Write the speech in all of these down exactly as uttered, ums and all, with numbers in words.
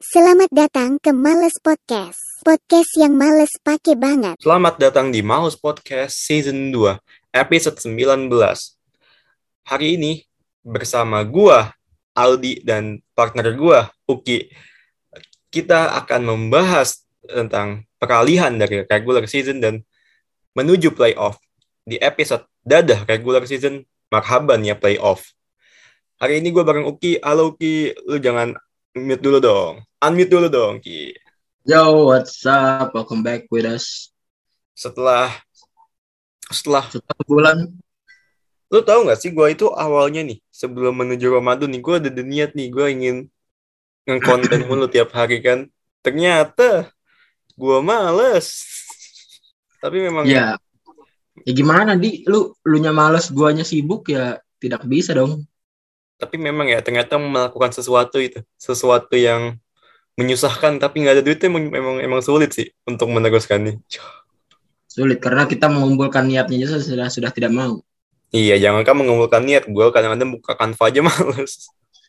Selamat datang ke Males Podcast. Podcast yang males pake banget. Selamat datang di Males Podcast Season dua, episode sembilan belas. Hari ini bersama gua, Aldi, dan partner gua, Uki, kita akan membahas tentang peralihan dari regular season dan menuju playoff. Di episode Dadah Regular Season, marhaban ya playoff. Hari ini gua bareng Uki. Halo Uki, lu jangan mute dulu dong. Unmute dulu dong, Ki. Yo, what's up? Welcome back with us. Setelah setelah Setelah bulan. Lu tahu nggak sih, gue itu awalnya nih sebelum menuju Ramadan nih, gue ada niat nih, gue ingin nge-konten mulu tiap hari kan. Ternyata gue males. Tapi memang Ya, ya gimana di? Lu lu nya males, guanya sibuk ya tidak bisa dong. Tapi memang ya ternyata melakukan sesuatu itu, sesuatu yang menyusahkan tapi nggak ada duitnya memang, memang emang sulit sih untuk meneruskannya. Sulit karena kita mengumpulkan niatnya aja sudah sudah tidak mau. Iya, jangankan mengumpulkan niat, gue kadang-kadang buka Canva aja males.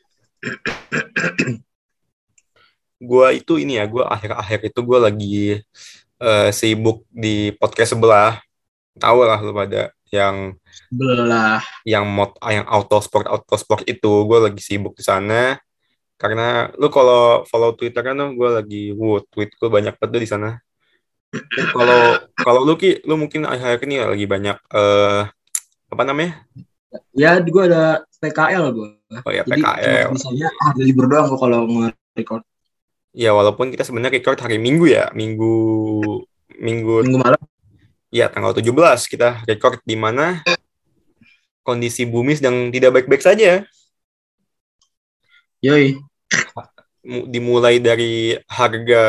Gue itu ini ya, gue akhir-akhir itu gue lagi uh, sibuk di podcast sebelah. Tahu lah lu pada yang Belah. yang mod yang auto sport auto sport itu, gue lagi sibuk di sana. Karena lu kalau follow Twitter kan, gue lagi wow, tweet gue banyak banget di sana. Kalau kalau lu Ki, lu mungkin akhir-akhir ini lagi banyak uh, apa namanya? Ya, gue ada P K L gue. Oh ya, Jadi P K L. cuma misalnya hari libur doang gue kalau nge-record. Ya walaupun kita sebenarnya record hari Minggu ya, Minggu Minggu Minggu malam. Ya, tanggal tujuh belas kita record di mana kondisi bumi sedang tidak baik-baik saja. Yoi. Dimulai dari harga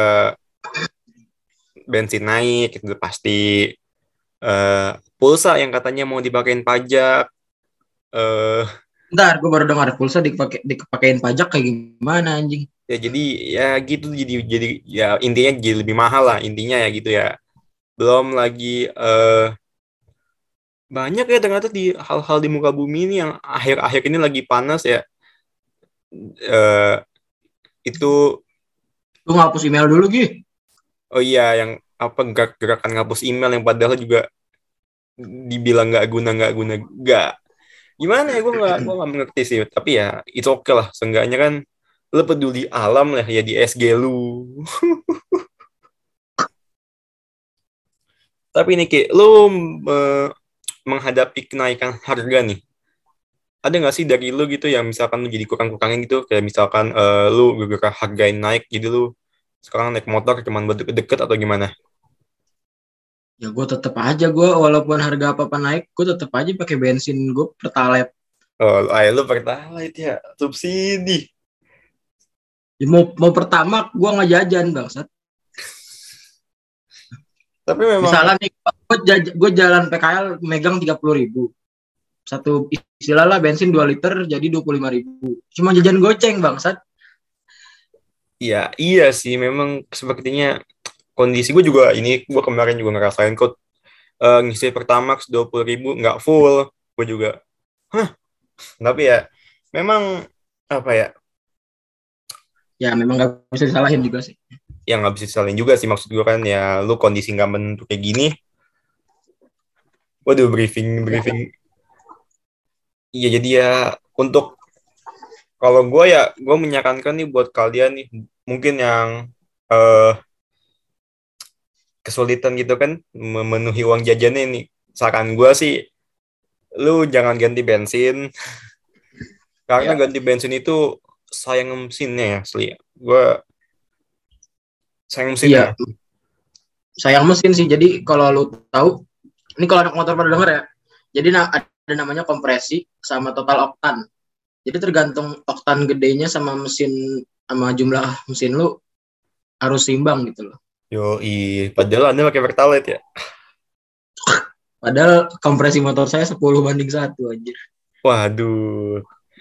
bensin naik, itu pasti. Uh, pulsa yang katanya mau dipakein pajak. Uh, Ntar, gue baru dengar pulsa dipake, dipakein pajak kayak gimana anjing. Ya jadi ya gitu jadi jadi ya intinya jadi lebih mahal lah intinya ya gitu ya. Belum lagi uh, banyak ya ternyata di hal-hal di muka bumi ini yang akhir-akhir ini lagi panas ya. Uh, itu Lu ngapus email dulu Gi. Oh iya, yang apa gerak-gerakan ngapus email yang padahal juga dibilang nggak guna nggak guna nggak gimana ya, gue nggak gue nggak mengerti sih, tapi ya itu oke lah, seenggaknya kan lu peduli alam lah ya di S G lu. Tapi nih Ki, lu uh, menghadapi kenaikan harga nih, ada nggak sih dari lu gitu yang misalkan lu jadi kurang-kurangin gitu, kayak misalkan uh, lu gara-gara harga yang naik jadi lu sekarang naik motor cuman buat deket-deket atau gimana? Ya gue tetep aja gue walaupun harga apa-apa naik, gue tetep aja pakai bensin gue Pertalite. Oh, ay, lu Pertalite ya, subsidi. Ya, mau mau pertama gue nggak jajan bangsat. Tapi memang misalnya nih gue, gue jalan P K L megang tiga puluh ribu. Satu istilah lah bensin dua liter jadi dua puluh lima ribu. Cuma jajan goceng bangsat. Iya, iya sih memang sepertinya kondisi gue juga ini, gue kemarin juga ngerasain kok uh, ngisi Pertamax dua puluh ribu nggak full, gue juga hah, tapi ya memang apa ya ya memang nggak bisa disalahin juga sih, yang nggak bisa disalahin juga sih, maksud gue kan ya lu kondisi nggak menentu kayak gini, waduh briefing briefing iya. Jadi ya untuk kalau gue ya gue menyarankan nih buat kalian nih mungkin yang uh, kesulitan gitu kan memenuhi uang jajannya nih, saran gue sih lu jangan ganti bensin karena ya. ganti bensin itu sayang mesinnya ya, asli gue sayang mesinnya. Iya, sayang mesin sih. Jadi kalau lu tahu, ini kalau anak motor pada denger ya, jadi ada namanya kompresi sama total oktan. Jadi tergantung oktan gedenya sama mesin sama jumlah mesin lu harus seimbang gitu loh. Yoi, padahal Anda pakai Pertalite ya. Padahal kompresi motor saya sepuluh banding satu anjir. Waduh.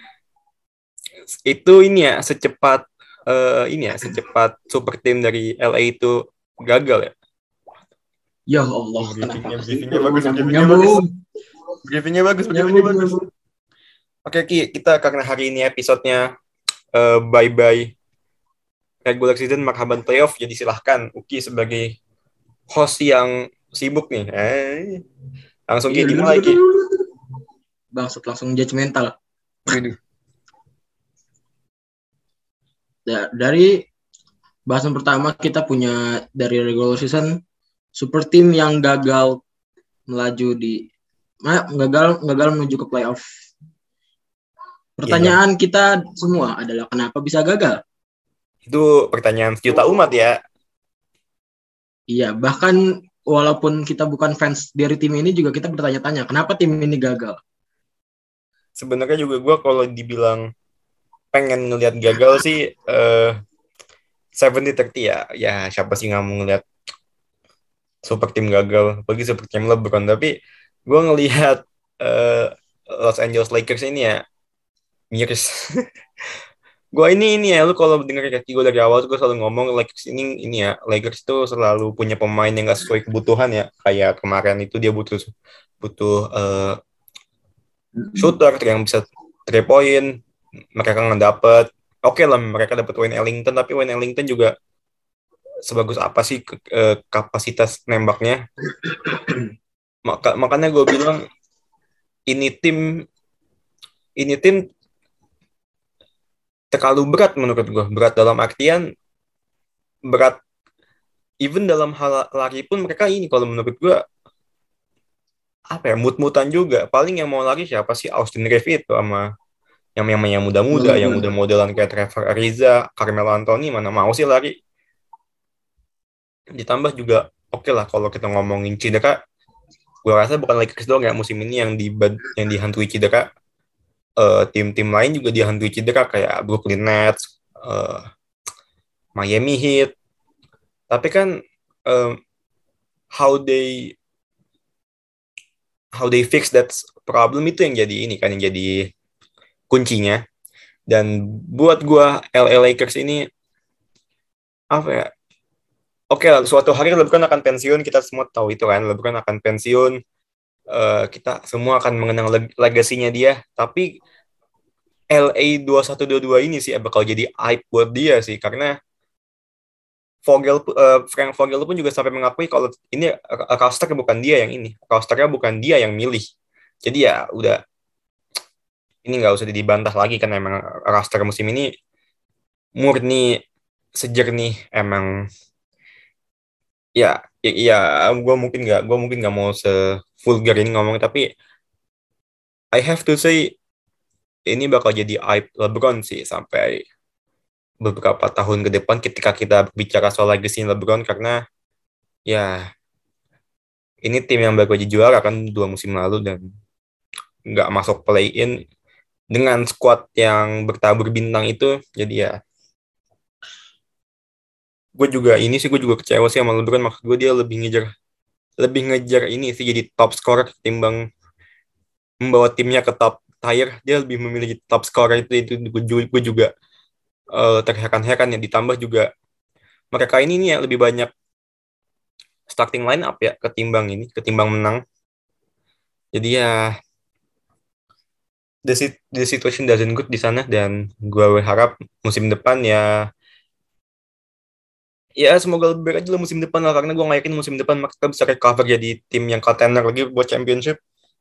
Itu ini ya secepat uh, ini ya secepat super team dari L A itu gagal ya. Ya Allah, briefingnya, kenapa briefingnya bagus, briefingnya nyambung. bagus. Briefingnya bagus, briefingnya bagus. Oke Ki, kita karena hari ini episodenya uh, bye-bye regular season, marhaban playoff. Jadi silahkan Uki sebagai host yang sibuk nih. Eh, langsung Ki, dimulai Ki. Bangsat langsung judgmental. Waduh. Ya, dari bahasan pertama kita punya dari regular season super team yang gagal melaju di nah, gagal gagal menuju ke playoff. Pertanyaan ya, kita semua adalah kenapa bisa gagal? Itu pertanyaan sejuta umat ya. Iya, bahkan walaupun kita bukan fans dari tim ini juga kita bertanya-tanya kenapa tim ini gagal. Sebenarnya juga gue kalau dibilang pengen ngelihat gagal sih uh, seventy thirty ya. Ya siapa sih nggak mau ngelihat super tim gagal, apalagi super tim LeBron. Tapi gue ngelihat uh, Los Angeles Lakers ini ya miris. gue ini ini ya lu kalau denger kaki gue dari awal tuh gue selalu ngomong Lakers ini ini ya Lakers tuh selalu punya pemain yang nggak sesuai kebutuhan ya. Kayak kemarin itu dia butuh butuh uh, shooter yang bisa three point, mereka nggak dapet. Oke okay lah mereka dapat Wayne Ellington, tapi Wayne Ellington juga sebagus apa sih ke, ke, kapasitas nembaknya. Maka, makanya gue bilang ini tim ini tim terlalu berat menurut gue. Berat dalam artian berat even dalam hal lari pun mereka ini kalau menurut gue apa ya mut-mutan juga. Paling yang mau lari siapa sih? Austin Reeves itu sama yang yang yang muda-muda, hmm. yang udah modelan kayak Trevor Ariza, Carmelo Anthony, mana mau sih lari. Ditambah juga oke okay lah kalau kita ngomongin cedera, gue rasa bukan Lakers doang ya musim ini yang di yang dihantui cedera. Uh, tim-tim lain juga dihantui cedera kayak Brooklyn Nets, uh, Miami Heat. Tapi kan um, how they how they fix that problem itu yang jadi ini kan yang jadi kuncinya. Dan buat gue L A Lakers ini apa ya? Oke lah, suatu hari LeBron akan pensiun, kita semua tahu itu kan. LeBron akan pensiun, uh, kita semua akan mengenang leg- legasinya dia. Tapi L A dua satu dua dua ini sih bakal jadi aib buat dia sih, karena Vogel, uh, Frank Vogel pun juga sampai mengakui kalau ini roster bukan dia yang ini, rosternya bukan dia yang milih. Jadi ya udah, ini nggak usah dibantah lagi kan emang roster musim ini murni sejernih emang. Ya, ya, ya gue mungkin nggak, gue mungkin nggak mau se-vulgar ini ngomong, tapi I have to say ini bakal jadi aib LeBron sih sampai beberapa tahun ke depan ketika kita bicara soal legacy LeBron, karena ya ini tim yang baru aja juara kan dua musim lalu dan nggak masuk play-in dengan squad yang bertabur bintang itu, jadi ya gue juga ini sih gue juga kecewa sih sama LeBron. Maksud gue dia lebih ngejar lebih ngejar ini sih jadi top scorer ketimbang membawa timnya ke top tier. Dia lebih memilih top scorer itu itu gue juga uh, terheran-heran ya. Ditambah juga mereka ini nih ya lebih banyak starting line up ya ketimbang ini ketimbang menang. Jadi ya the, the situation doesn't good di sana, dan gue berharap musim depan ya ya semoga lebih baik aja lah musim depan lah, karena gue nggak yakin musim depan mereka bisa recover jadi tim yang contender lagi buat championship.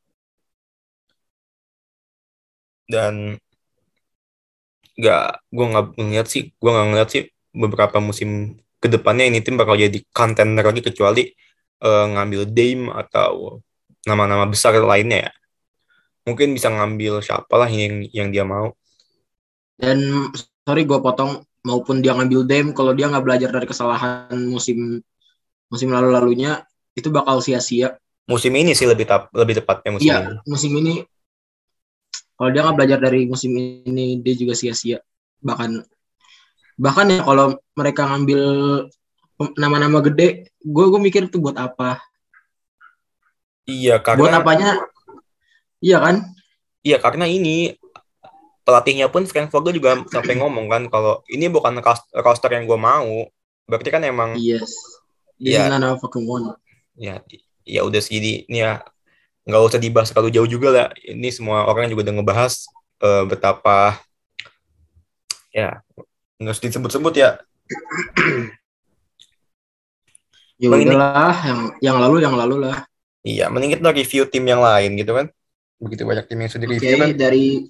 Dan nggak gue nggak ngeliat sih gue nggak ngeliat sih beberapa musim kedepannya ini tim bakal jadi contender lagi, kecuali uh, ngambil Dame atau nama-nama besar lainnya ya. Mungkin bisa ngambil siapa lah yang yang dia mau. Dan sorry gue potong, maupun dia ngambil Dame, kalau dia nggak belajar dari kesalahan musim musim lalu-lalunya itu bakal sia-sia. Musim ini sih lebih tap, lebih tepatnya musim iya, ini. musim ini kalau dia nggak belajar dari musim ini dia juga sia-sia. Bahkan bahkan ya kalau mereka ngambil nama-nama gede, gue gue mikir itu buat apa? Iya karena buat apanya? Iya kan? Iya karena ini pelatihnya pun Frank Vogel juga sampai ngomong kan kalau ini bukan roster yang gue mau. Berarti kan emang yes. This ya, is not a fucking one. Ya, ya udah sih ini ya nggak usah dibahas terlalu jauh juga lah. Ini semua orang juga udah ngebahas uh, betapa ya nggak usah disebut-sebut ya Ya Mending, udahlah, yang yang lalu yang lalu lah. iya, mending kita review tim yang lain gitu kan. Begitu banyak tim yang sudah Oke, review kan. dari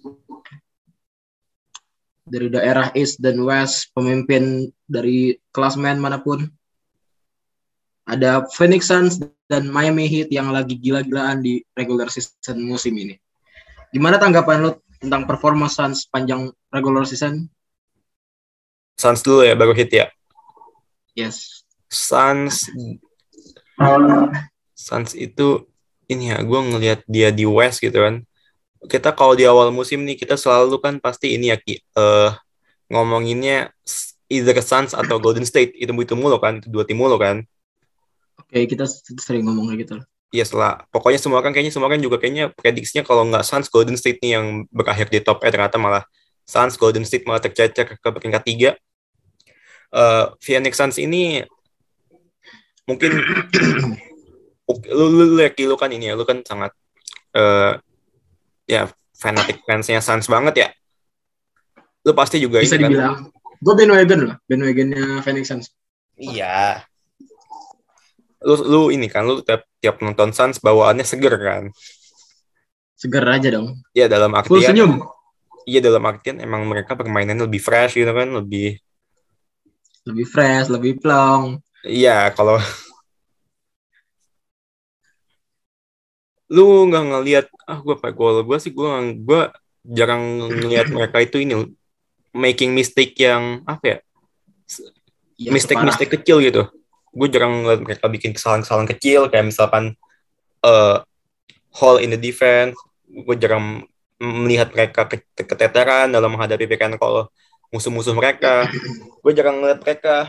dari daerah East dan West, pemimpin dari klasmen manapun, ada Phoenix Suns dan Miami Heat yang lagi gila-gilaan di regular season musim ini. Gimana tanggapan lo tentang performa Suns panjang regular season? Suns dulu ya, baru Heat ya. Yes. Suns, Suns itu ini ya, gue ngelihat dia di West gitu kan. Kita kalau di awal musim nih kita selalu kan pasti ini ya Ki, eh, ngomonginnya either Suns atau Golden State itu itu mulu kan, itu dua tim mulu kan. Oke, kita sering ngomong kayak gitu. Iya setelah pokoknya semua kan kayaknya semua kan juga kayaknya prediksinya kalau nggak Suns Golden State nih yang berakhir di top, eh ternyata malah Suns Golden State malah tercecer ke peringkat tiga. Uh, Phoenix Suns ini mungkin lu lu, lu, ya, lu kan ini ya, lu kan sangat uh, ya fanatik fansnya Suns banget ya. Lu pasti juga Bisa ini kan. dibilang. Gue bandwagon lah, bandwagonnya Phoenix Suns. Iya. Lu lu ini kan lu tiap, tiap nonton Suns bawaannya seger kan. Seger aja dong. Iya dalam Full artian senyum. Iya dalam artian emang mereka permainannya lebih fresh gitu kan, lebih Lebih fresh, lebih plong. iya kalau lu nggak ngelihat ah gue apa gol gue sih gue gue jarang ngelihat mereka itu ini making mistake yang apa ya Iya, mistake separah. mistake kecil gitu. Gue jarang ngeliat mereka bikin kesalahan-kesalahan kecil kayak misalkan uh, hole in the defense. Gue jarang melihat mereka ke- keteteran dalam menghadapi pick and roll musuh-musuh mereka. Gue jarang ngeliat mereka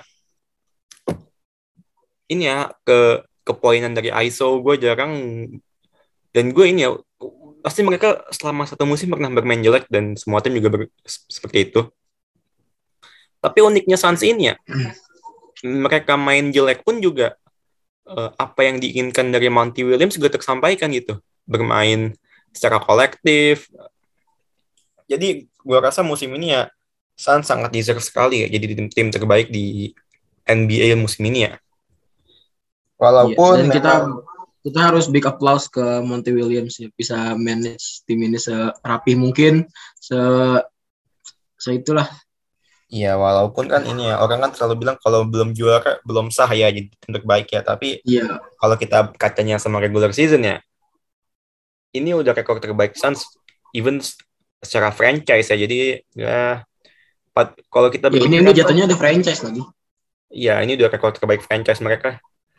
ini ya ke kepoinan dari I S O. Gue jarang dan gue ini ya pasti mereka selama satu musim pernah bermain jelek dan semua tim juga ber- seperti itu. Tapi uniknya Suns ini ya mereka main jelek pun juga uh, apa yang diinginkan dari Monty Williams juga tersampaikan gitu. Bermain secara kolektif. Jadi gue rasa musim ini ya Suns sangat deserve sekali ya jadi tim, tim terbaik di N B A musim ini ya. Iya, Walaupun dan kita memang kita harus big applause ke Monty Williams ya, bisa manage tim ini serapi mungkin, se se itulah. iya walaupun kan ini ya orang kan selalu bilang kalau belum juara belum sah ya jadi tim terbaik ya. Tapi Iya, kalau kita kacanya sama regular season ya ini udah rekor terbaik Suns even secara franchise ya. Jadi ya pat- kalau kita ya ini ini berpikiran jatuhnya ada franchise lagi. ya ini udah rekor terbaik franchise mereka.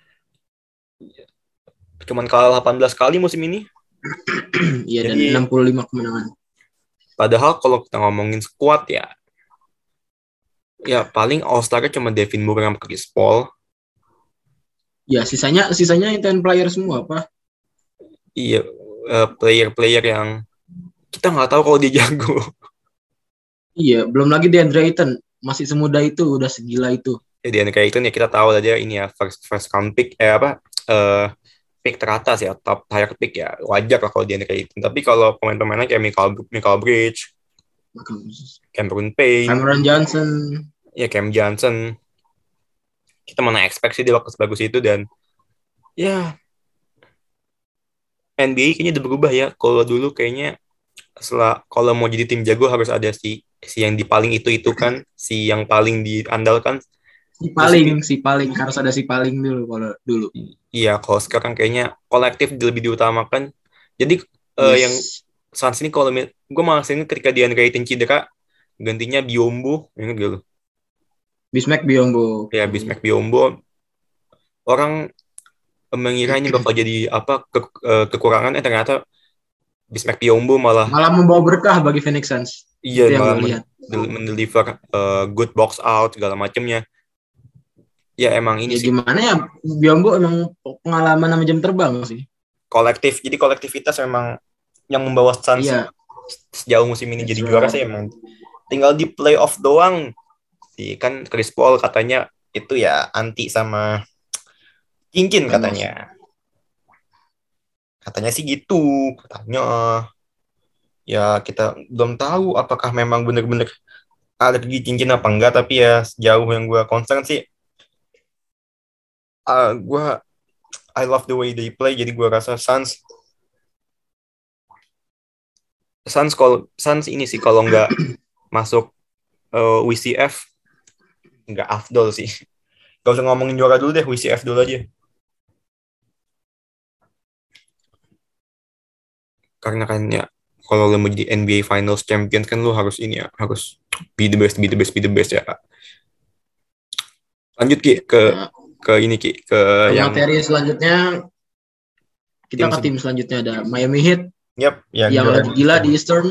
Cuman kalah delapan belas kali musim ini. Iya, dan Jadi enam puluh lima kemenangan. padahal kalau kita ngomongin squad ya ya paling All Star-nya cuma Devin Booker sama Chris Paul. Ya, sisanya sisanya ten player semua apa? Iya eh, player-player yang kita nggak tahu kalau dia jago. Iya, belum lagi DeAndre Ayton, masih semuda itu, udah segila itu. Jadi kayak itu ya kita tahu lah dia ini ya first first round pick eh apa eh pick teratas ya top tier pick ya wajar lah kalau dia kayak itu. Tapi kalau pemain-pemainnya kayak Michael Michael Bridge, Cameron Payne, Cameron Johnson. ya Cam Johnson, kita mana expect sih dia bakal sebagus itu. Dan ya N B A kayaknya udah berubah ya. Kalau dulu kayaknya setelah kalau mau jadi tim jago harus ada si si yang di paling itu itu kan si yang paling diandalkan. Si Terus paling, si paling harus ada si paling dulu kalau dulu. iya kalau sekarang kayaknya kolektif lebih diutamakan. Jadi eh, yang Yes. Suns ini kalau gue malah ingat ketika Deandre Ayton cedera gantinya Biombo, ingat gak lu? Bismack Biyombo. Ya Bismack Biombo orang mengira ini bakal jadi apa ke, eh, kekurangan eh ternyata Bismack Biombo malah Malah membawa berkah bagi Phoenix Suns. iya Itu yang malah gue men- lihat. mendeliver uh, good box out segala macamnya. Ya emang ini Ya sih gimana ya, Biyombo emang pengalaman sama jam terbang sih. kolektif. Jadi kolektivitas memang yang membawa Suns Iya. sejauh musim ini jadi So, juara sih emang. Tinggal di playoff doang. Si kan Chris Paul katanya itu ya anti sama cincin Thanos. katanya. Katanya sih gitu, katanya. Ya kita belum tahu apakah memang benar-benar alergi cincin apa enggak, tapi ya sejauh yang gue concern sih, uh, gue I love the way they play. Jadi gue rasa Suns Suns kalau Suns ini sih kalau nggak masuk uh, W C F nggak afdol sih. Gak usah ngomongin juara dulu deh, W C F dulu aja. Karena kan ya kalau lo mau jadi N B A Finals Champion kan lo harus ini ya, harus be the best, be the best, be the best ya. Lanjut Ki ke Nah, ke ini Ki ke ke yang materi selanjutnya kita tim ke se- tim selanjutnya ada Miami Heat Yap, yang yang juara lagi di gila Eastern. di Eastern.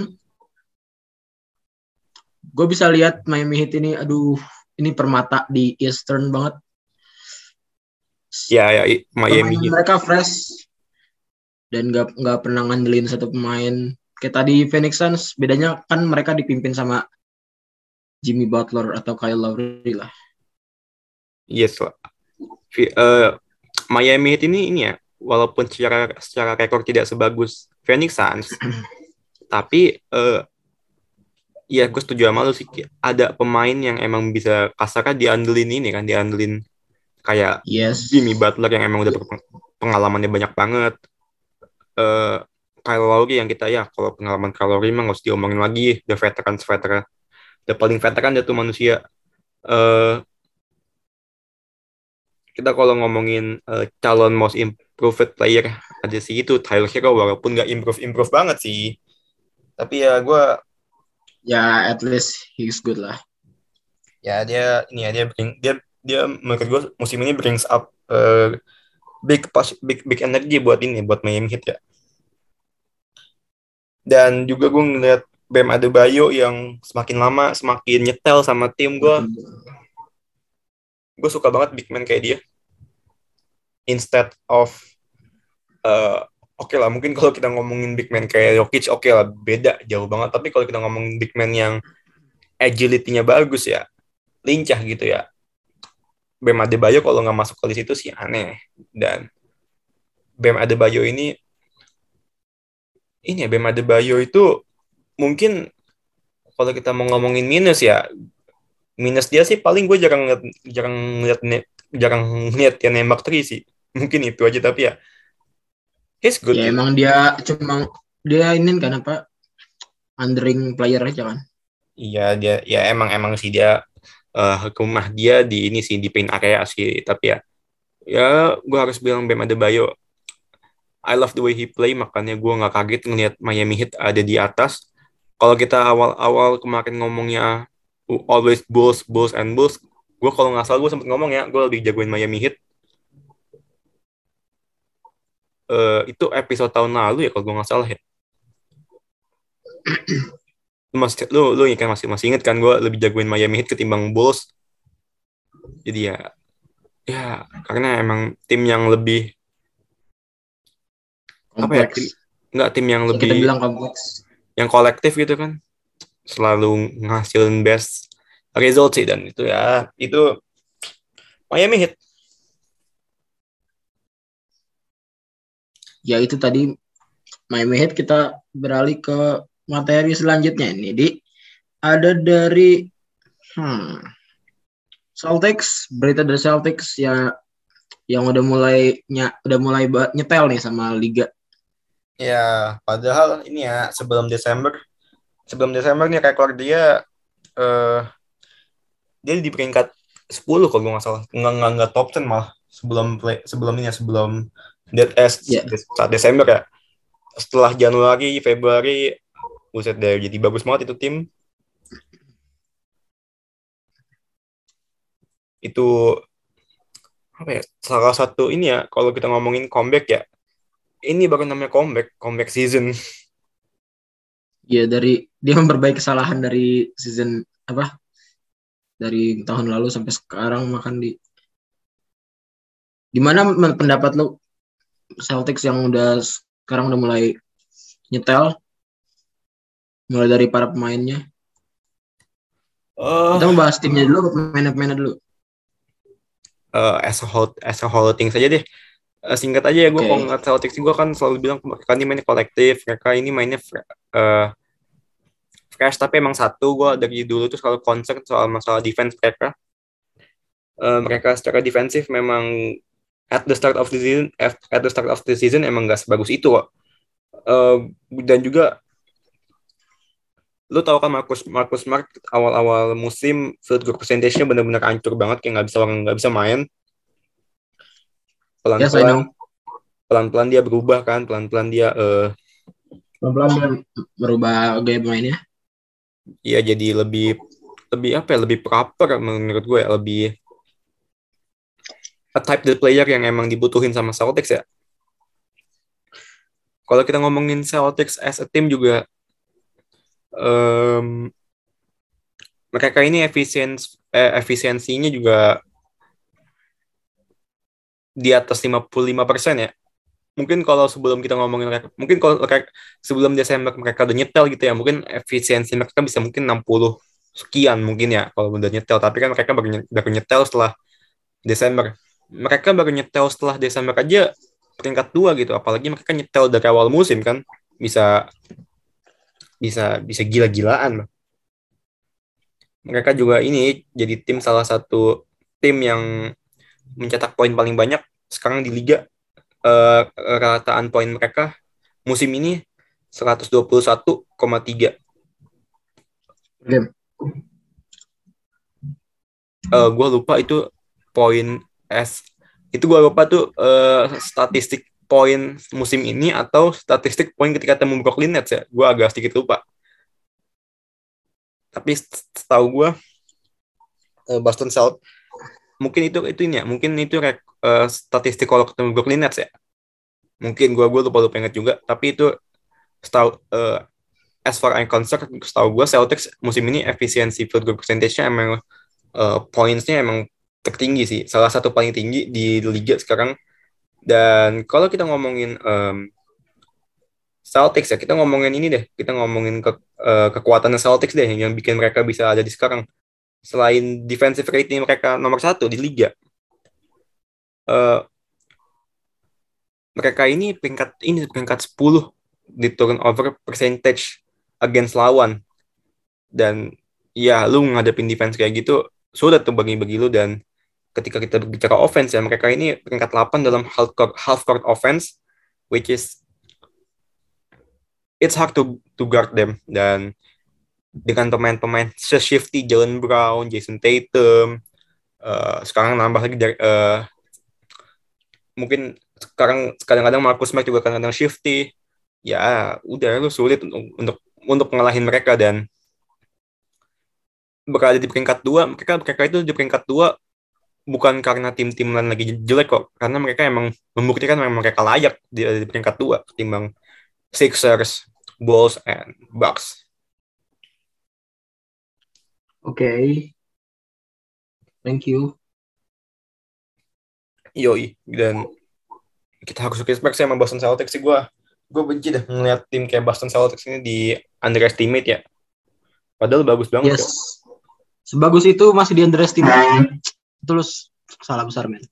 Gue bisa lihat Miami Heat ini, aduh, ini permata di Eastern banget. Ya ya i- Miami Permainan Heat. mereka fresh dan nggak nggak pernah ngandelin satu pemain. Kayak tadi Phoenix Suns, bedanya kan mereka dipimpin sama Jimmy Butler atau Kyle Lowry lah. Yes lah. Vi- eh, Miami Heat ini ini ya, walaupun secara secara rekor tidak sebagus Phoenix Suns, tapi eh, ya gue setuju sama lu sih. Ki. Ada pemain yang emang bisa kasarnya diandelin ini kan, diandelin kayak Yes. Jimmy Butler yang emang udah berpeng- pengalamannya banyak banget. Eh Kyle Lowry yang kita ya, kalau pengalaman Kyle Lowry mah nggak usah diomongin lagi, udah veteran veteran, udah paling veteran dia tuh manusia. Eh kita kalau ngomongin eh, calon most improved player ada sih itu Tyler Hero, walaupun nggak improve improve banget sih, tapi ya gue Ya, at least he's good lah. ya dia ini ya dia bring, dia dia menurut gue musim ini brings up eh, big pas big big energy buat ini buat Miami Heat ya. Dan juga gue ngeliat Bam Adebayo yang semakin lama semakin nyetel sama tim gue. Gue suka banget big man kayak dia. Instead of uh, oke okay lah, mungkin kalau kita ngomongin big man kayak Jokic oke okay lah, beda jauh banget. Tapi kalau kita ngomongin big man yang agility-nya bagus ya, lincah gitu ya, Bam Adebayo kalau nggak masuk ke situ sih aneh. Dan Bam Adebayo ini ini ya Bam Adebayo itu mungkin kalau kita mau ngomongin minus ya, minus dia sih paling gue jarang ngeliat, jarang ngeliat ne- jarang ngeliat dia nembak tri sih. Mungkin itu aja, tapi ya he's good Ya gitu. emang dia cuma dia ini kan apa undering player aja kan. Iya dia ya emang emang sih dia eh rumah dia di ini sih di paint area sih, tapi ya ya gue harus bilang Bam Adebayo I love the way he play, makanya gue nggak kaget ngelihat Miami Heat ada di atas. Kalau kita awal-awal kemarin ngomongnya uh, always Bulls, Bulls and Bulls, gue kalau nggak salah gue sempet ngomong ya, gue lebih jagoin Miami Heat. Eh, itu episode tahun lalu ya kalau gue nggak salah ya. Lu masih lu lu kan masih masih inget kan gue lebih jagoin Miami Heat ketimbang Bulls. Jadi ya ya karena emang tim yang lebih apa ya tim, Kompleks. nggak tim yang Bisa kita lebih bilang kompleks. yang kolektif gitu kan, selalu ngasilin best result sih, dan itu ya itu Miami Heat. Ya itu tadi Miami Heat. Kita beralih ke materi selanjutnya ini. Di ada dari hmm, Celtics, berita dari Celtics ya yang udah mulai ny- udah mulai nyetel nih sama liga. Ya, padahal ini ya sebelum Desember, sebelum Desember nih rekor dia eh dia di peringkat sepuluh kalau nggak salah, nggak nggak nggak top sepuluh malah sebelum play, sebelum ini ya sebelum dead S Ya, saat Desember ya. Setelah Januari, Februari, buset deh jadi bagus banget itu tim. Itu apa ya? Salah satu ini ya kalau kita ngomongin comeback ya. Ini baru namanya comeback, comeback season. ya dari dia memperbaiki kesalahan dari season apa? Dari tahun lalu sampai sekarang makan di di mana pendapat lu Celtics yang udah sekarang udah mulai nyetel mulai dari para pemainnya. Oh, Kita membahas timnya dulu, pemain-pemainnya dulu. uh, as a whole as a whole thing saja deh. Uh, singkat aja ya, gue Oke. kalau ngeliat Celtics gue kan selalu bilang mereka ini mainnya kolektif, mereka ini mainnya uh, fresh, tapi emang satu gue dari dulu tuh selalu concern soal masalah defense mereka. Uh, mereka secara defensif memang at the start of the season at, at the start of the season emang gak sebagus itu kok. Uh, dan juga lu tahu kan Marcus Marcus Smart awal-awal musim field goal percentage-nya benar-benar hancur banget, kayak nggak bisa nggak bisa main. Pelan-pelan Yes, I know. pelan-pelan dia berubah kan, pelan-pelan dia uh, pelan-pelan merubah gaya mainnya. Iya, jadi lebih lebih apa ya, lebih proper menurut gue ya, lebih a type the player yang emang dibutuhin sama Celtics ya. Kalau kita ngomongin Celtics as a team juga, um, mereka ini efisiens eh, efisiensinya juga di atas lima puluh lima persen ya. Mungkin kalau sebelum kita ngomongin mereka, mungkin kalau mereka, sebelum Desember mereka udah nyetel gitu ya, mungkin efisiensi mereka bisa mungkin enam puluh sekian mungkin ya kalau udah nyetel, tapi kan mereka baru, baru nyetel setelah Desember. Mereka baru nyetel setelah Desember aja peringkat dua gitu, apalagi mereka nyetel dari awal musim kan, bisa bisa bisa gila-gilaan. Mereka juga ini jadi tim salah satu tim yang mencetak poin paling banyak sekarang di liga. Uh, rataan poin mereka musim ini seratus dua puluh satu koma tiga. Game. Uh, gue lupa itu poin S. Itu gue lupa tuh uh, statistik poin musim ini atau statistik poin ketika temu Brooklyn Nets ya. Gue agak sedikit lupa. Tapi setahu gue uh, Boston Celtics mungkin itu itu ini ya, mungkin itu uh, statistik kalau ketemu Brooklyn Nets ya. Mungkin gue gue lupa lupa ingat juga, tapi itu setahu uh, as far I'm concerned, setahu gue Celtics musim ini efisiensi field goal percentage-nya emang uh, points-nya emang tertinggi sih, salah satu paling tinggi di liga sekarang. Dan kalau kita ngomongin um, Celtics ya, kita ngomongin ini deh, kita ngomongin ke, uh, kekuatan Celtics deh yang bikin mereka bisa ada di sekarang. Selain defensive rating mereka nomor satu di liga, uh, mereka ini peringkat ini peringkat sepuluh di turnover percentage against lawan. Dan ya lu ngadepin defense kayak gitu sudah tuh bagi-bagi lu. Dan ketika kita bicara offense ya, mereka ini peringkat delapan dalam half court, half court offense, which is it's hard to to guard them. Dan dengan pemain-pemain se-shifty Jaylen Brown, Jason Tatum, uh, sekarang nambah lagi dari uh, mungkin sekarang kadang-kadang Marcus Smart juga kadang-kadang shifty. Ya udah lu sulit untuk untuk untuk ngalahin mereka. Dan berada di peringkat dua, mereka mereka itu di peringkat dua bukan karena tim-tim lain lagi jelek kok, karena mereka emang membuktikan memang mereka layak di, di peringkat dua ketimbang Sixers, Bulls, and Bucks. Oke, okay. Thank you. Yoi, dan kita harus respect sama Boston Celtics sih. Gue gue benci dah ngeliat tim kayak Boston Celtics ini di underestimate ya. Padahal bagus banget. Yes. Ya. Sebagus itu masih di underestimate. Terus salah besar, men.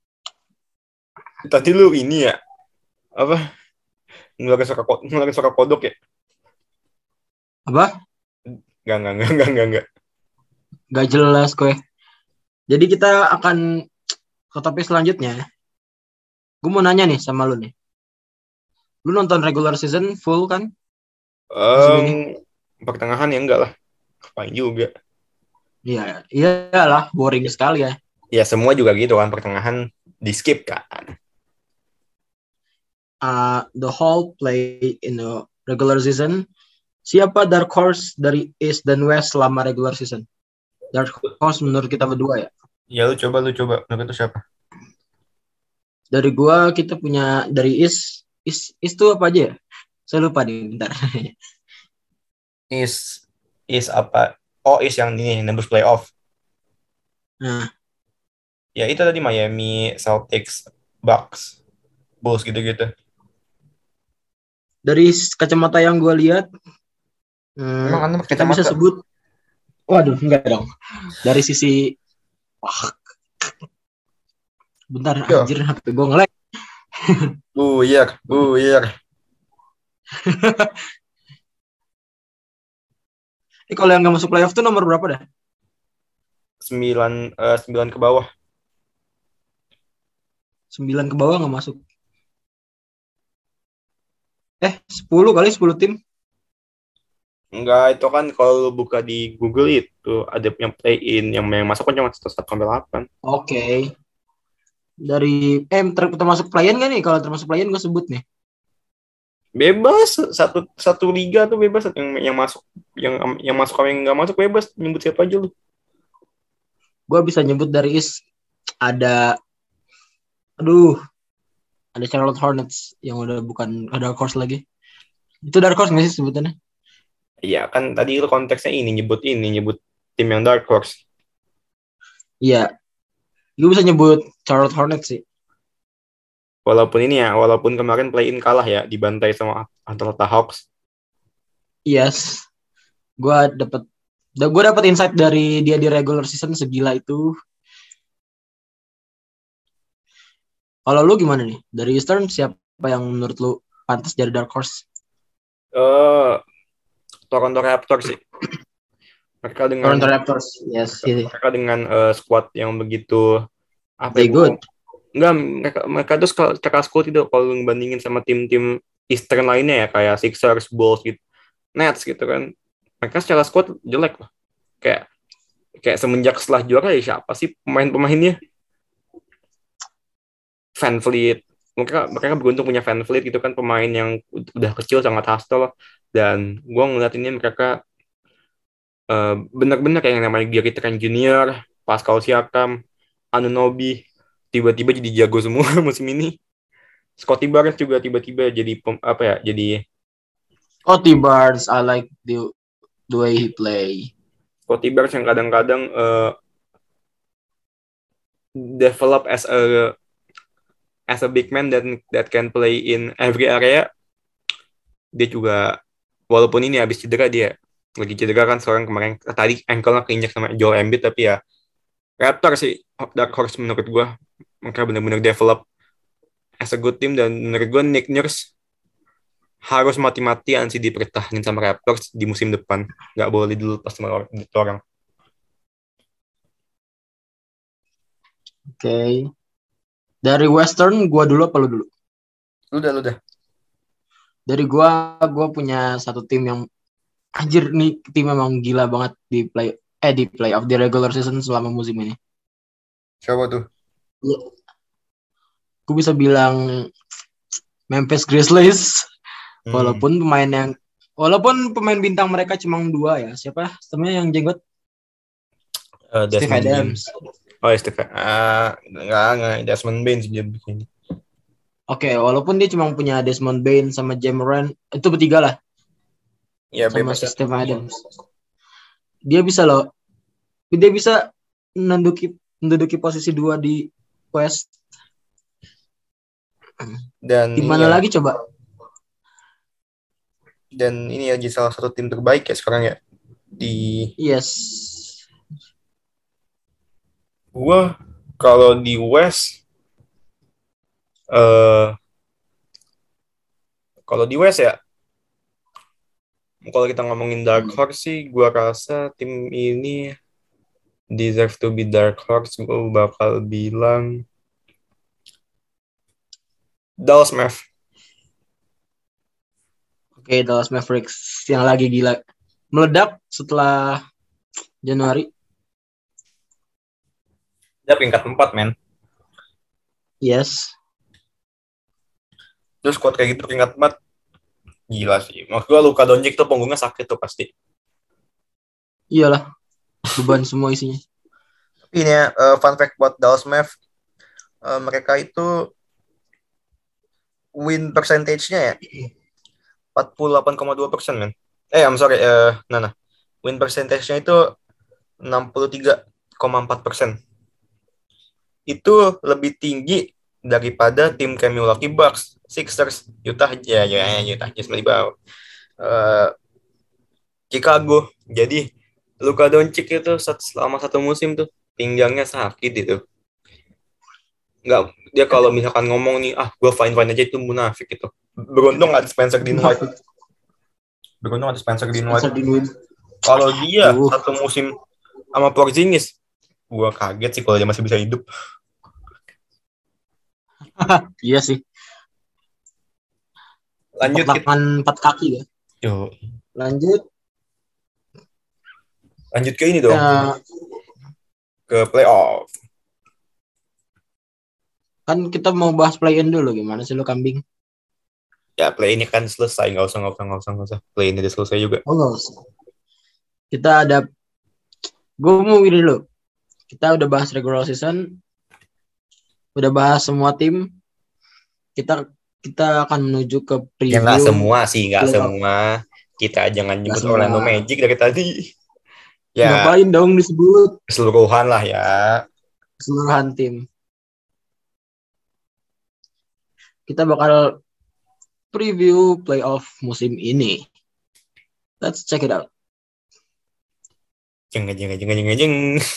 Tadi lu ini ya apa? Ngeluarin suara ngeluarin suara kodok ya? Apa? Gak, gak, gak, gak, gak, gak. Gak jelas gue. Jadi kita akan ke topik selanjutnya. Gue mau nanya nih sama lu nih. Lu nonton regular season full kan? Um, pertengahan ya enggak lah. Ngapain juga. Iya, iyalah, boring sekali ya. Ya semua juga gitu kan, pertengahan di skip kan. Uh, the whole play in the regular season. Siapa dark horse dari East dan West selama regular season? Dark horse menurut kita berdua ya? Ya lu coba, lu coba. Menurut itu siapa? Dari gua kita punya dari East. East, East itu apa aja ya? Saya lupa nih, bentar. Is is apa? Oh, is yang ini nembus playoff. Nah, ya itu tadi Miami, Celtics, Bucks, Bulls gitu-gitu. Dari kacamata yang gue lihat, Emang anda hmm, kita bisa sebut, waduh enggak dong. Dari sisi, wah, bentar, Yo. Anjir H P gue nge-lag. Buyar, buyar. Eh, kalau yang nggak masuk playoff tuh nomor berapa dah? Sembilan, uh, sembilan ke bawah. Sembilan ke bawah nggak masuk. Eh, sepuluh kali sepuluh tim. Enggak, itu kan kalau lu buka di Google itu ada yang play in, yang yang masuk kan cuma satu sampai delapan. Oke. Okay. Dari eh ter- termasuk play-in nggak nih? Kalau termasuk play-in gue sebut nih. Bebas, satu satu liga tuh bebas, yang yang masuk yang yang masuk sama yang nggak masuk bebas, nyebut siapa aja lu. Gue bisa nyebut dari East ada aduh, ada Charlotte Hornets yang udah bukan ada Dark Horse lagi. Itu Dark Horse nggak sih sebutannya? Iya kan tadi lu konteksnya ini nyebut ini nyebut tim yang Dark Horse. Iya. Gue bisa nyebut Charlotte Hornets sih. Walaupun ini ya, walaupun kemarin play in kalah ya, dibantai sama Atlanta Hawks. Yes. Gue dapet gue dapet insight dari dia di regular season segila itu. Kalau lu gimana nih? Dari Eastern siapa yang menurut lu pantas jadi Dark Horse? Eh, uh, Toronto Raptors sih. Mereka dengan Toronto Raptors, yes. Mereka dengan uh, squad yang begitu apa They ya? Good. Enggak, mereka mereka tuh secara squad itu kalau ngebandingin sama tim-tim Eastern lainnya ya kayak Sixers, Bulls gitu, Nets gitu kan. Mereka secara squad jelek loh. Kayak kayak semenjak setelah juara ya siapa sih pemain-pemainnya? Van Vliet. Mereka mereka beruntung punya Van Vliet gitu kan, pemain yang udah kecil sangat hustle, dan gue ngeliat ini mereka uh, benar-benar kayak yang namanya Gary Trent Junior, Pascal Siakam, Anunoby tiba-tiba jadi jago semua musim ini. Scottie Barnes juga tiba-tiba jadi pem, apa ya jadi Scottie Barnes, I like the the way he play. Scottie Barnes yang kadang-kadang uh, develop as a as a big man that that can play in every area. Dia juga walaupun ini habis cedera, dia lagi cedera kan seorang kemarin tadi ankle-nya keinjak sama Joel Embiid, tapi ya Raptor sih Dark Horse menurut gue. Mereka benar-benar develop as a good team, dan menurut gue Nick Nurse harus mati-matian sih dipertahankan sama Raptors di musim depan. Nggak boleh dulu pas sama orang. Oke. Okay. Dari Western, gua dulu apa lu dulu? Udah, udah. Dari gua, gua punya satu tim yang anjir nih, tim memang gila banget di play eh di playoff di regular season selama musim ini. Siapa tuh? Ya. Gue bisa bilang Memphis Grizzlies. Hmm. Walaupun pemain yang walaupun pemain bintang mereka cuma dua ya. Siapa? Namanya yang jenggot? Uh, Steve Adams. Oh, Steve. Ah, enggak, enggak Desmond Bane sih dia bikin. Oke, okay, walaupun dia cuma punya Desmond Bane sama Ja Morant, itu bertiga lah. Ya, sama si Steve Adams. Dia bisa loh. Dia bisa menduduki menduduki posisi dua di West. Dan di mana ya, lagi coba? Dan ini ya jadi salah satu tim terbaik ya sekarang ya di. Yes. Gua kalau di West, uh, kalau di West ya, kalau kita ngomongin Dark Horse sih, gua rasa tim ini deserve to be Dark Horse. Gua bakal bilang Dallas Mavericks. Oke, okay, Dallas Mavericks yang lagi gila meledak setelah Januari. Dia peringkat empat, men. Yes. Terus squad kayak gitu peringkat empat, gila sih. Maksud gue Luka Doncic tuh punggungnya sakit tuh pasti. Iyalah, beban semua isinya. Ini ya, uh, fun fact buat Dallas Mavericks, uh, mereka itu win percentage-nya ya empat puluh delapan koma dua persen, men. Eh, I'm sorry, uh, nah, nah. Win percentage-nya itu enam puluh tiga koma empat persen. Itu lebih tinggi daripada tim kayak Milwaukee Bucks, Sixers, Utah, ya, ya, Utah Jazz di bawah. Uh, Chicago. Jadi Luka Doncic itu selama satu musim tuh pinggangnya sakit itu. Enggak, dia kalau misalkan ngomong nih, ah gue fine-fine aja, itu munafik gitu. Beruntung ada Spencer Dinwiddie. Beruntung ada Spencer Dinwiddie. Kalau dia Uh. satu musim sama Porzingis, gue kaget sih kalau dia masih bisa hidup. Iya sih. Lanjut Tepuk kita. tangan empat kaki ya. Yo, Lanjut. lanjut ke ini dong, Ya, ke playoff. kan kita mau bahas play-in dulu. Gimana sih lu kambing? Ya play ini kan selesai, nggak usah nggak usah nggak usah nggak usah. Play ini udah selesai juga. Oh, nggak usah. Kita ada, gue mau gini dulu. Kita udah bahas regular season, udah bahas semua tim. Kita kita akan menuju ke preview. Ya nggak semua sih, nggak playoff. semua. Kita jangan nyebut semua. Orlando Magic dari tadi. Ya Ngapain dong disebut keseluruhan lah ya. keseluruhan tim. Kita bakal preview playoff musim ini. Let's check it out. Jeng jeng jeng jeng jeng.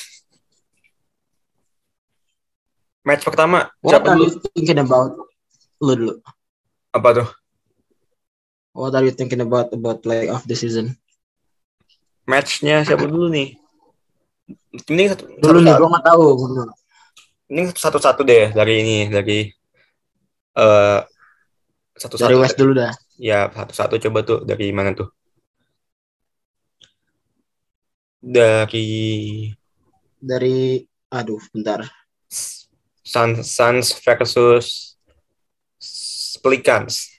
Match pertama. What Siapa are dulu? you thinking about? Lu dulu. Apa tuh? What are you thinking about about playoff this season? Matchnya siapa dulu nih? Ini satu Dulu satu, nih, satu. gue nggak tahu. Ini satu-satu deh dari ini dari uh, satu-satu Dari West dulu dah. Ya satu-satu coba tuh dari mana tuh? Dari Dari, aduh, bentar. Suns, Suns versus Pelicans.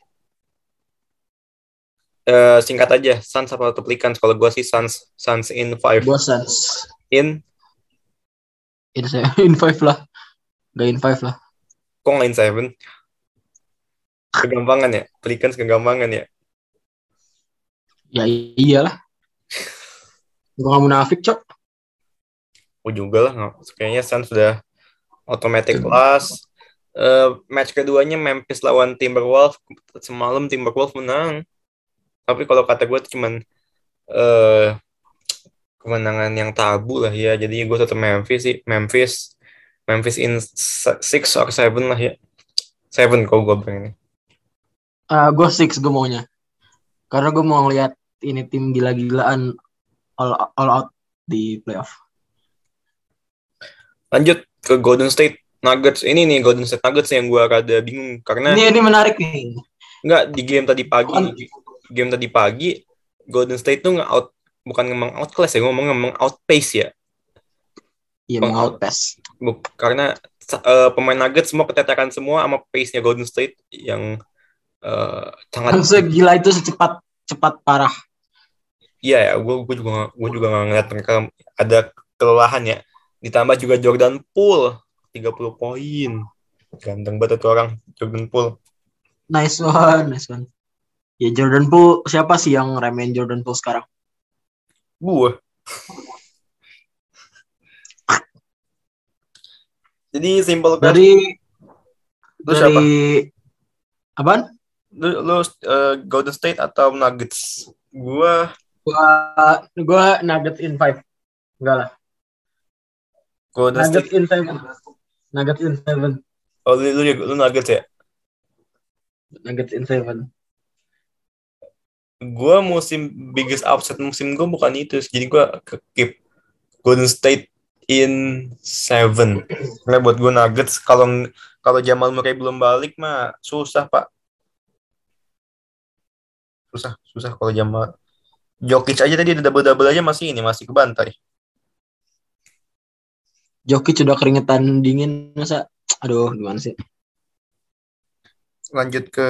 Uh, singkat aja, Suns apa Pelicans? Kalau gue sih Suns, Suns in five. Gue Suns. In? In, in five lah. Gak in five lah. Kok nggak in seven? Kegampangan ya? Pelicans kegampangan ya? Ya iyalah. Gue gak munafik, Cok. Gue juga lah. Kayaknya Suns sudah automatic loss. Uh, match keduanya Memphis lawan Timberwolves. Semalam Timberwolves menang. Tapi kalau kata gue itu cuman uh, kemenangan yang tabu lah ya. Jadi gue tetap Memphis sih. Memphis Memphis in six or seven lah ya. Seven kalau gue pengen. Uh, gue six gue maunya. Karena gue mau ngeliat ini tim gila-gilaan all, all out di playoff. Lanjut ke Golden State Nuggets. Ini nih Golden State Nuggets yang gue rada bingung. Karena Ini, ini menarik nih. Enggak, di game tadi pagi. Bukan. Di game tadi pagi Golden State tuh nge-out, bukan ngomong outclass ya, ngomong ngomong outpace ya. Iya, Peng- mau outpace. Buk- Karena uh, pemain Nuggets semua keteteran semua sama pace-nya Golden State yang uh, sangat. Kan segila itu secepat cepat parah. Iya ya, gue gue juga gue juga nggak ngeliat mereka ada kelelahan ya. Ditambah juga Jordan Poole tiga puluh poin. Ganteng banget tuh orang Jordan Poole. Nice one, nice one. Ya Jordan Poole, siapa sih yang remehin Jordan Poole sekarang? Gue. Jadi simple kan. Dari Lu dari siapa? apaan? Lu, lu uh, Golden State atau Nuggets? Gua Gua gua Nuggets in five. Enggak lah. Golden Nuggets State. in seven. Nuggets in seven. Oh, lu, lu, lu Nuggets ya? Nuggets in seven. Gua musim biggest upset musim gua bukan itu. Jadi gua ke keep Golden State in seven. Karena buat gua Nuggets kalau kalau Jamal Murray belum balik mah susah, Pak. Susah, susah kalau Jamal. Jokic aja tadi ada double-double aja masih ini, masih kebantai. Jokic udah keringetan dingin masa. Aduh, gimana sih? Lanjut ke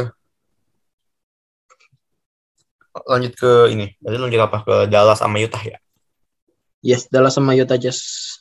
lanjut ke ini. Tadi lanjut apa? Ke Dallas sama Utah ya? Yes, Dallas sama Utah Jazz.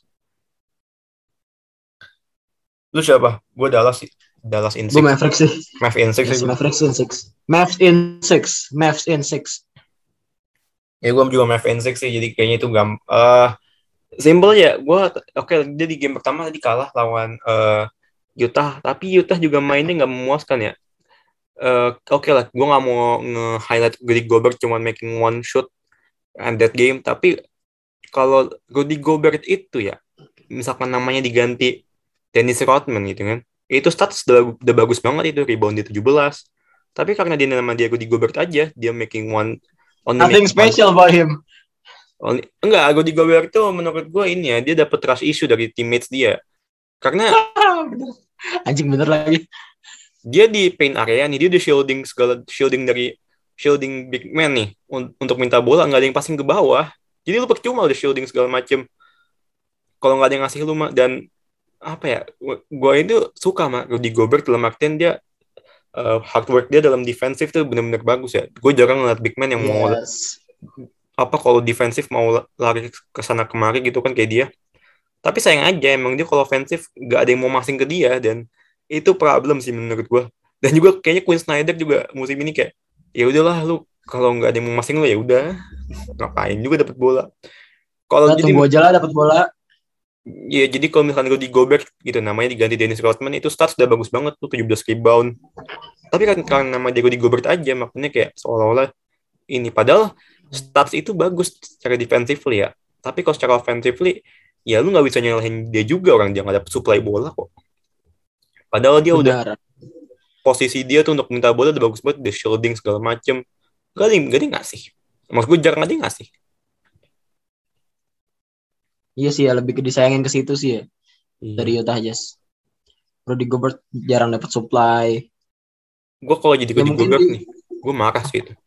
Lu siapa? Gue Dallas sih. Dallas in six. Gue Mavericks sih. Mavs in six. Yes, Mavericks in six. Mavs in six. Mavs in six. Ya gue juga Mavs in six sih. Jadi kayaknya itu gam. Uh, simple ya. Gue oke okay, dia di game pertama tadi kalah lawan uh, Utah. Tapi Utah juga mainnya nggak memuaskan ya. Uh, oke okay lah. Gue nggak mau nge-highlight Rudy Gobert cuma making one shot and that game. Tapi kalau Rudy Gobert itu ya, misalkan namanya diganti Dennis Rodman gitu kan. Itu status udah, udah bagus banget itu, rebound di tujuh belas. Tapi karena dia nama dia Rudy Gobert aja, dia making one only Nothing making special one, about him. Oh, enggak, Rudy Gobert itu menurut gue ini ya, dia dapat trust issue dari teammates dia. Karena bener. Anjing bener lagi. dia di paint area nih, dia udah shielding segala shielding dari shielding big man nih un- untuk minta bola, nggak ada yang passing ke bawah. Jadi lu percuma udah shielding segala macem kalau nggak ada yang ngasih lu mah. Dan apa ya, gue itu suka sama Rudy Gobert dalam artian dia uh, hard work dia dalam defensif tuh benar-benar bagus ya. Gue jarang ngeliat big man yang mau Yes. apa kalau defensif mau lari ke sana kemari gitu kan kayak dia. Tapi sayang aja emang dia kalau ofensif nggak ada yang mau masing ke dia, dan itu problem sih menurut gue. Dan juga kayaknya Quinn Snyder juga musim ini kayak ya udahlah lu kalau nggak ada yang mau masing lu ya udah ngapain juga dapat bola. Kalau Nah, jadi tunggu aja lah dapat bola. ya jadi kalau misalnya Rudy Gobert gitu namanya diganti Dennis Rodman itu stats udah bagus banget tuh tujuh belas rebound. Tapi kan karena nama dia Rudy Gobert aja makanya kayak seolah-olah ini padahal stats itu bagus secara defensively ya. Tapi kalau secara offensively ya lu nggak bisa nyalahin dia juga, orang dia nggak dapet supply bola kok. Padahal dia udah Benar. posisi dia tuh untuk minta bola udah bagus banget, dia shielding segala macem. Gak ada, gak ada yang ngasih. Maksud gue jarang ada yang ngasih. Iya sih ya, lebih ke disayangin ke situ sih ya dari Iya. Utah Jazz. Rudy Gobert jarang dapat supply. Gue kalau jadi Ya Rudy mungkin Gobert di, nih, gue marah sih itu.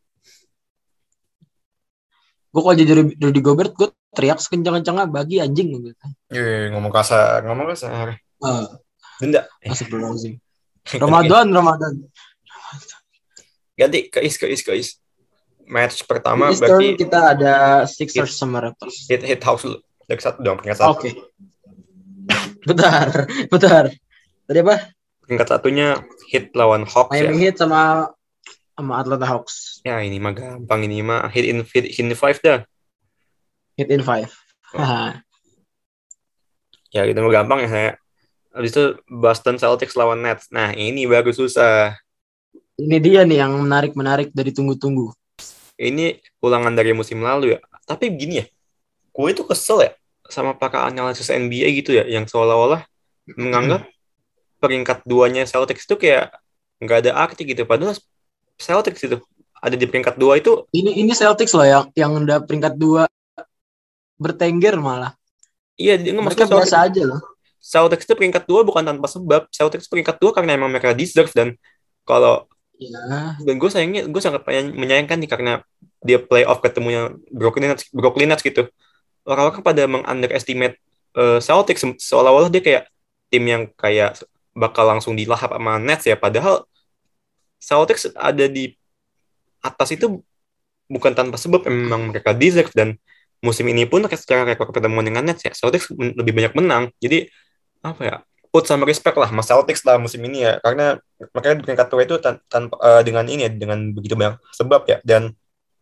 gue kalau jadi Rudy Gobert gue teriak sekencang-kencangnya bagi anjing gitu. Eh, ngomong kasar, ngomong kasar. Uh, Denda. Masuk dulu sih. Ganti, Ramadan, Ramadan. ganti ke Is, ke Is, ke Is. Match Di pertama Eastern berarti kita ada hit, Sixers sama Raptors. hit, hit house dulu. Dari satu dong, peringkat satu. Oke. Bentar, bentar. Tadi apa? Peringkat satunya hit lawan Hawks ya. Miami Heat sama sama Atlanta Hawks. Ya ini mah gampang, ini mah hit in hit in five dah. Hit in five. Oh. Ya itu mah gampang ya saya. Habis itu Boston Celtics lawan Nets. Nah ini baru susah. Ini dia nih yang menarik-menarik dari tunggu-tunggu. Ini ulangan dari musim lalu ya. Tapi begini ya, gue itu kesel ya sama para analisis N B A gitu ya, yang seolah-olah menganggap peringkat duanya Celtics itu kayak nggak ada arti gitu. Padahal Celtics itu ada di peringkat dua itu. Ini ini Celtics loh yang yang udah peringkat dua bertengger malah. Iya, dia nggak Mereka maksudnya biasa Celtics, aja loh. Celtics itu peringkat dua bukan tanpa sebab. Celtics peringkat dua karena emang mereka deserve, dan kalau Ya, dan gue sayangnya gue sangat menyayangkan nih karena dia playoff ketemunya Brooklyn Nets, Brooklyn Nets gitu. Orang-orang pada meng-underestimate uh, Celtics seolah-olah dia kayak tim yang kayak bakal langsung dilahap sama Nets ya. Padahal Celtics ada di atas itu bukan tanpa sebab, memang mereka deserve. Dan musim ini pun secara rekor pertemuan dengan Nets ya Celtics lebih banyak menang. Jadi apa ya, put sama respect lah Mas Celtics lah musim ini ya, karena mereka di peringkat dua itu tan- tanpa uh, dengan ini ya, dengan begitu banyak sebab ya. Dan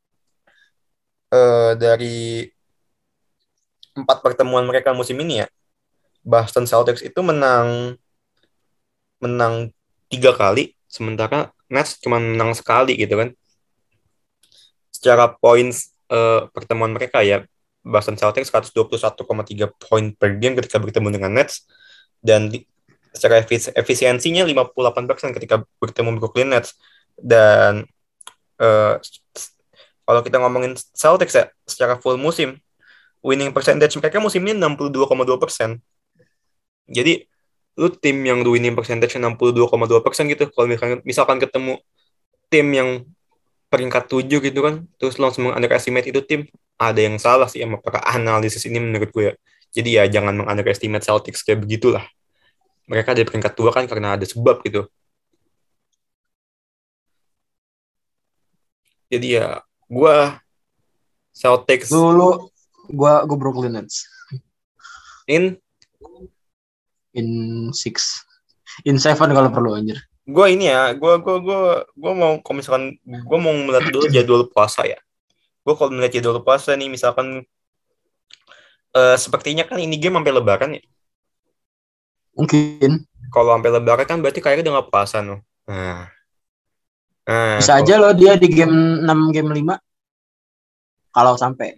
uh, dari empat pertemuan mereka musim ini ya, Boston Celtics itu menang menang tiga kali, sementara Nets cuma menang sekali gitu kan. Secara points uh, pertemuan mereka ya, Boston Celtics seratus dua puluh satu koma tiga poin per game ketika bertemu dengan Nets, dan di, secara efis, efisiensinya lima puluh delapan persen ketika bertemu Brooklyn Nets. Dan uh, kalau kita ngomongin Celtics ya, secara full musim, winning percentage mereka musim ini enam puluh dua koma dua persen. Jadi lu tim yang winning percentage enam puluh dua koma dua persen gitu, kalau misalkan, misalkan ketemu tim yang peringkat tujuh gitu kan, terus langsung meng-underestimate itu tim, ada yang salah sih sama para analisis ini menurut gue ya. Jadi ya jangan meng-underestimate Celtics kayak begitulah. Mereka di peringkat dua kan karena ada sebab gitu. Jadi ya gue Celtics dulu gua gua Brooklyn Nets in in six, in seven kalau perlu anjir. gue ini ya, gue gue gue gue mau kalau misalkan gue mau melihat dulu jadwal puasa ya. Gue kalau melihat jadwal puasa nih, misalkan uh, sepertinya kan ini game sampai lebaran ya. Mungkin Kalau sampai lebaran kan berarti kayaknya udah nggak puasa noh. Nah, nah bisa kalau aja loh dia di game enam game lima kalau sampai.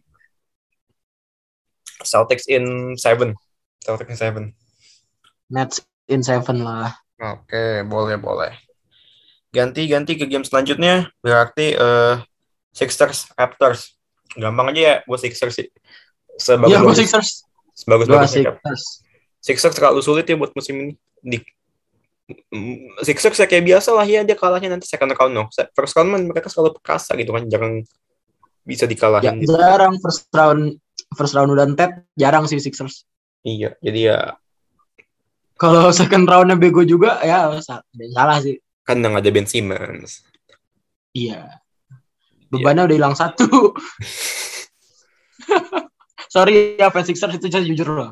Celtics in seven, Celtics in seven. Nets in seven lah. Oke, boleh boleh. Ganti ganti ke game selanjutnya, berarti uh, Sixers Raptors. gampang aja ya, gue Sixers sih. Iya, Sebagus gue bagus, Sixers. sebagus Gue bagusnya kan. Sixers. Sixers terlalu sulit ya buat musim ini. Di mm, Sixers ya kayak biasa lah ya, dia kalahnya nanti second round no. First round man mereka selalu perkasa gitu kan, jarang bisa Ya, dikalahin gitu. jarang first round first round udah tap, jarang sih Sixers. Iya, jadi ya Kalau second roundnya bego juga ya sa- ada yang salah sih. kan udah nggak ada Ben Simmons. Iya. Bebannya udah hilang satu. Sorry ya fans Sixers itu saya jujur loh.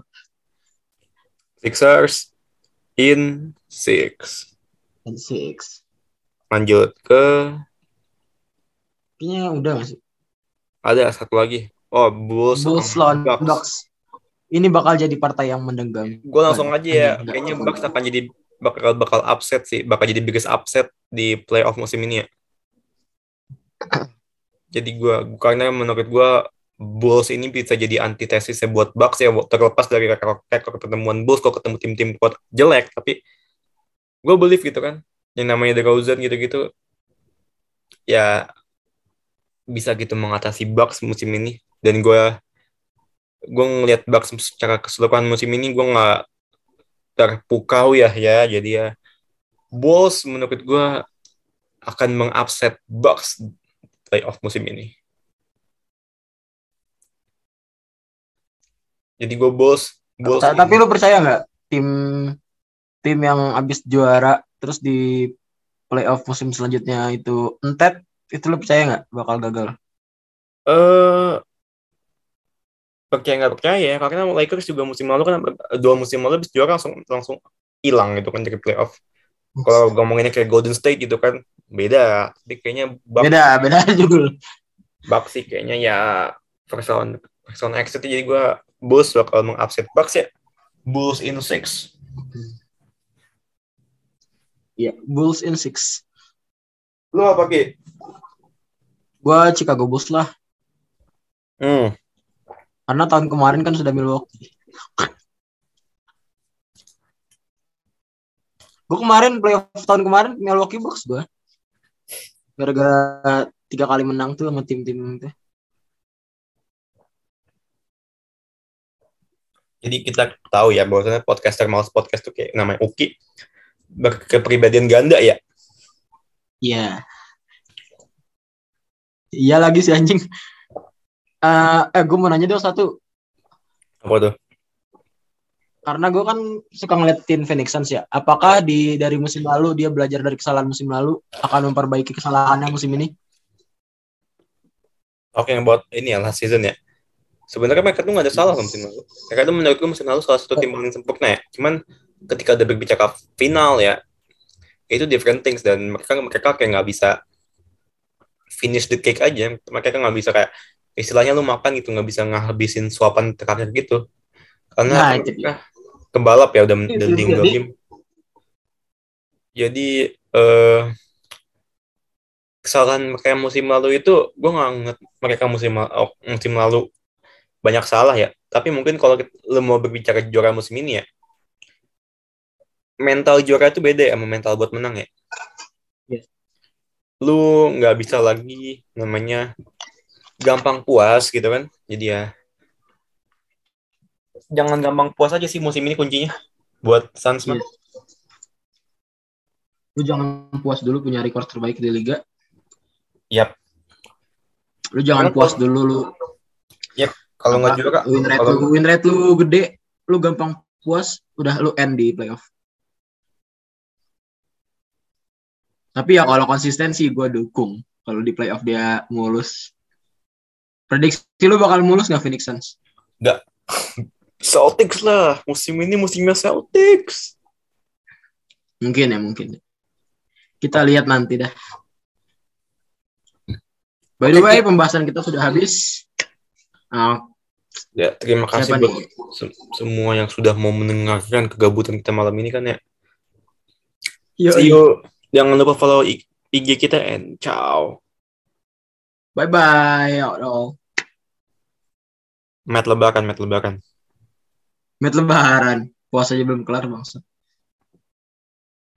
Sixers in six. And six. Lanjut ke Kayaknya udah gak sih? ada satu lagi. Oh, Bulls, Bulls sama lawan Bucks. Bucks. Ini bakal jadi partai yang mendengang. Gue langsung aja ya, Anjing, kayaknya enggak. Bucks akan jadi bakal bakal upset sih, bakal jadi biggest upset di playoff musim ini ya. Jadi gue karena menurut gue Bulls ini bisa jadi antitesisnya buat Bucks ya, terlepas dari rekor rekor pertemuan Bulls kalau ketemu tim-tim kuat jelek, tapi gue believe gitu kan, yang namanya DeRozan gitu-gitu ya bisa gitu mengatasi Bucks musim ini. Dan gue gue ngelihat Bucks secara keseluruhan musim ini gue nggak terpukau ya ya jadi ya Bulls menurut gue akan mengupset Bucks playoff musim ini. Jadi gue Bulls Bulls Ta- Tapi lu percaya nggak tim tim yang abis juara terus di playoff musim selanjutnya itu entet, itu lu percaya nggak bakal gagal? eh percaya nggak percaya ya, karena Lakers juga musim lalu kan dua musim lalu habis juara langsung langsung hilang gitu kan dari playoff. Kalau ngomonginnya kayak Golden State gitu kan beda, tapi kayaknya Bucks, Beda, beda juga. Bucks sih kayaknya ya first round first round exit, jadi gue Bulls bakal mengupset Bucks ya. Bulls in six. Iya, Bulls in six. Lu apa Ki? Gua Chicago Bulls lah. Hmm. Karena tahun kemarin kan sudah Milwaukee. Gue kemarin playoff tahun kemarin Milwaukee Bucks gue. Gara-gara tiga kali menang tuh sama tim-tim itu. Jadi kita tahu ya bahwasanya podcaster Males Podcast tuh kayak namanya Uki berkepribadian ganda ya. Iya. Iya lagi sih anjing. Uh, eh gue mau nanya dong satu. Apa tuh? Karena gue kan suka ngeliatin Phoenix Suns ya. Apakah di dari musim lalu dia belajar dari kesalahan musim lalu akan memperbaiki kesalahannya musim ini? Oke, yang buat ini ya last season ya. Sebenarnya mereka tuh nggak ada salah musim lalu. Mereka tuh menurut gue musim lalu salah satu tim paling sempurna ya. Cuman ketika ada berbicara final ya, itu different things, dan mereka mereka kayak nggak bisa finish the cake aja. Mereka nggak bisa kayak istilahnya lu makan gitu, nggak bisa ngabisin suapan terakhir gitu. Karena Nah, mereka itu kebalap ya udah Itu udah jadi- game. Jadi eh, kesalahan mereka musim lalu itu gue nggak ngeliat mereka musim oh, musim lalu banyak salah ya. Tapi mungkin kalau lu mau berbicara juara musim ini ya, mental juara itu beda ya sama mental buat menang ya. Yes. Lu nggak bisa lagi namanya gampang puas gitu kan. Jadi ya jangan gampang puas aja sih musim ini kuncinya buat Suns mah. Yes. Lu jangan puas dulu punya rekor terbaik di liga. Yap. Lu jangan Karena puas kalau- dulu lu Kalau nggak apa, juara, win rate kalau lu win rate lu gede, lu gampang puas, udah lu end di playoff. Tapi ya kalau konsistensi gue dukung kalau di playoff dia mulus. Prediksi lu bakal mulus nggak Phoenix Suns? Celtics lah, musim ini musimnya Celtics. Mungkin ya mungkin. Kita lihat nanti dah. By the way, pembahasan kita sudah habis. Nah, Ya, terima kasih siapa buat nih? se- semua yang sudah mau mendengarkan kegabutan kita malam ini kan ya. Yoi. See you. Jangan lupa follow I G kita and ciao. Bye bye. Oh, Matt Lebaran, Matt Lebaran. Met lebaran. Puasanya belum kelar bangsa.